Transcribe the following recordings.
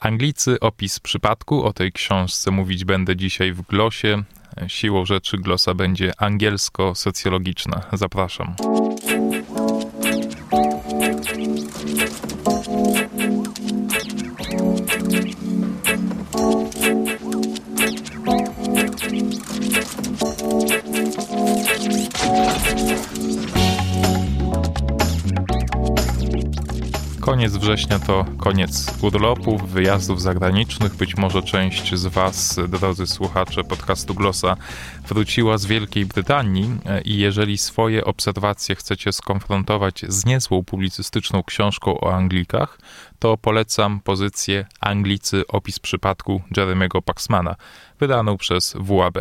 Anglicy, opis przypadku. O tej książce mówić będę dzisiaj w Glosie. Siłą rzeczy glosa będzie angielsko-socjologiczna. Zapraszam. Koniec września to koniec urlopów, wyjazdów zagranicznych. Być może część z Was, drodzy słuchacze podcastu Glosa, wróciła z Wielkiej Brytanii i jeżeli swoje obserwacje chcecie skonfrontować z niezłą publicystyczną książką o Anglikach, to polecam pozycję Anglicy, opis przypadku Jeremy'ego Paxmana, wydaną przez WAB.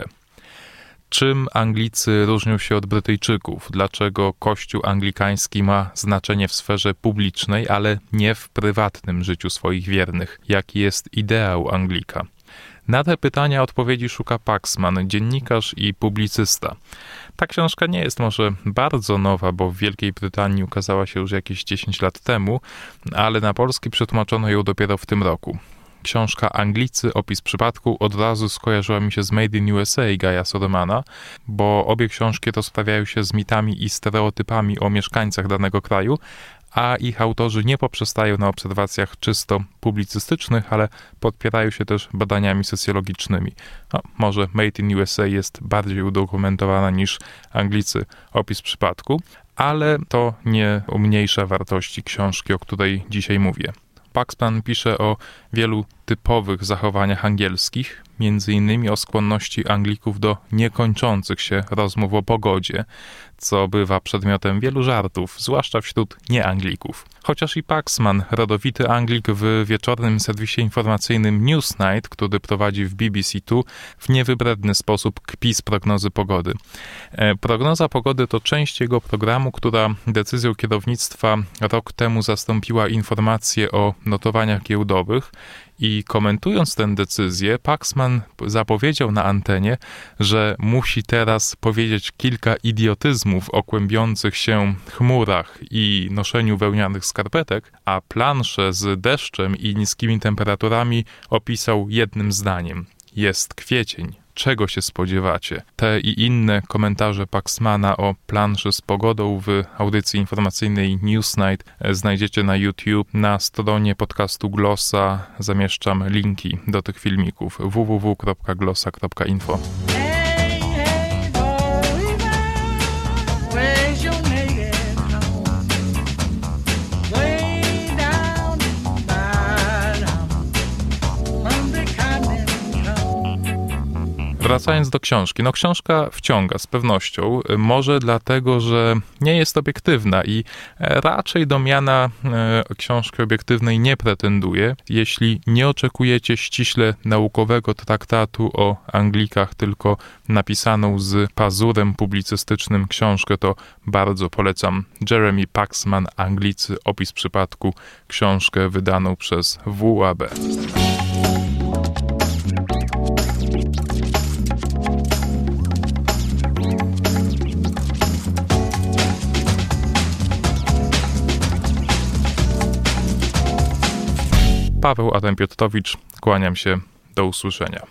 Czym Anglicy różnią się od Brytyjczyków? Dlaczego Kościół anglikański ma znaczenie w sferze publicznej, ale nie w prywatnym życiu swoich wiernych? Jaki jest ideał Anglika? Na te pytania odpowiedzi szuka Paxman, dziennikarz i publicysta. Ta książka nie jest może bardzo nowa, bo w Wielkiej Brytanii ukazała się już jakieś 10 lat temu, ale na polski przetłumaczono ją dopiero w tym roku. Książka Anglicy, opis przypadku od razu skojarzyła mi się z Made in USA Guy'a Sodemana, bo obie książki rozprawiają się z mitami i stereotypami o mieszkańcach danego kraju, a ich autorzy nie poprzestają na obserwacjach czysto publicystycznych, ale podpierają się też badaniami socjologicznymi. Może Made in USA jest bardziej udokumentowana niż Anglicy, opis przypadku, ale to nie umniejsza wartości książki, o której dzisiaj mówię. Paxman pisze o wielu typowych zachowaniach angielskich, między innymi o skłonności Anglików do niekończących się rozmów o pogodzie, co bywa przedmiotem wielu żartów, zwłaszcza wśród nieanglików. Chociaż i Paxman, rodowity Anglik w wieczornym serwisie informacyjnym Newsnight, który prowadzi w BBC Two, w niewybredny sposób kpi z prognozy pogody. Prognoza pogody to część jego programu, która decyzją kierownictwa rok temu zastąpiła informacje o notowaniach giełdowych i komentując tę decyzję, Paxman zapowiedział na antenie, że musi teraz powiedzieć kilka idiotyzmów o kłębiących się chmurach i noszeniu wełnianych skarpetek, a planszę z deszczem i niskimi temperaturami opisał jednym zdaniem. Jest kwiecień. Czego się spodziewacie? Te i inne komentarze Paxmana o planszy z pogodą w audycji informacyjnej Newsnight znajdziecie na YouTube. Na stronie podcastu Glossa zamieszczam linki do tych filmików www.glossa.info. Wracając do książki. Książka wciąga z pewnością, może dlatego, że nie jest obiektywna i raczej do miana książki obiektywnej nie pretenduje. Jeśli nie oczekujecie ściśle naukowego traktatu o Anglikach, tylko napisaną z pazurem publicystycznym książkę, to bardzo polecam Jeremy Paxman, Anglicy, opis przypadku, książkę wydaną przez WAB. Paweł Adam Piotrowicz, kłaniam się, do usłyszenia.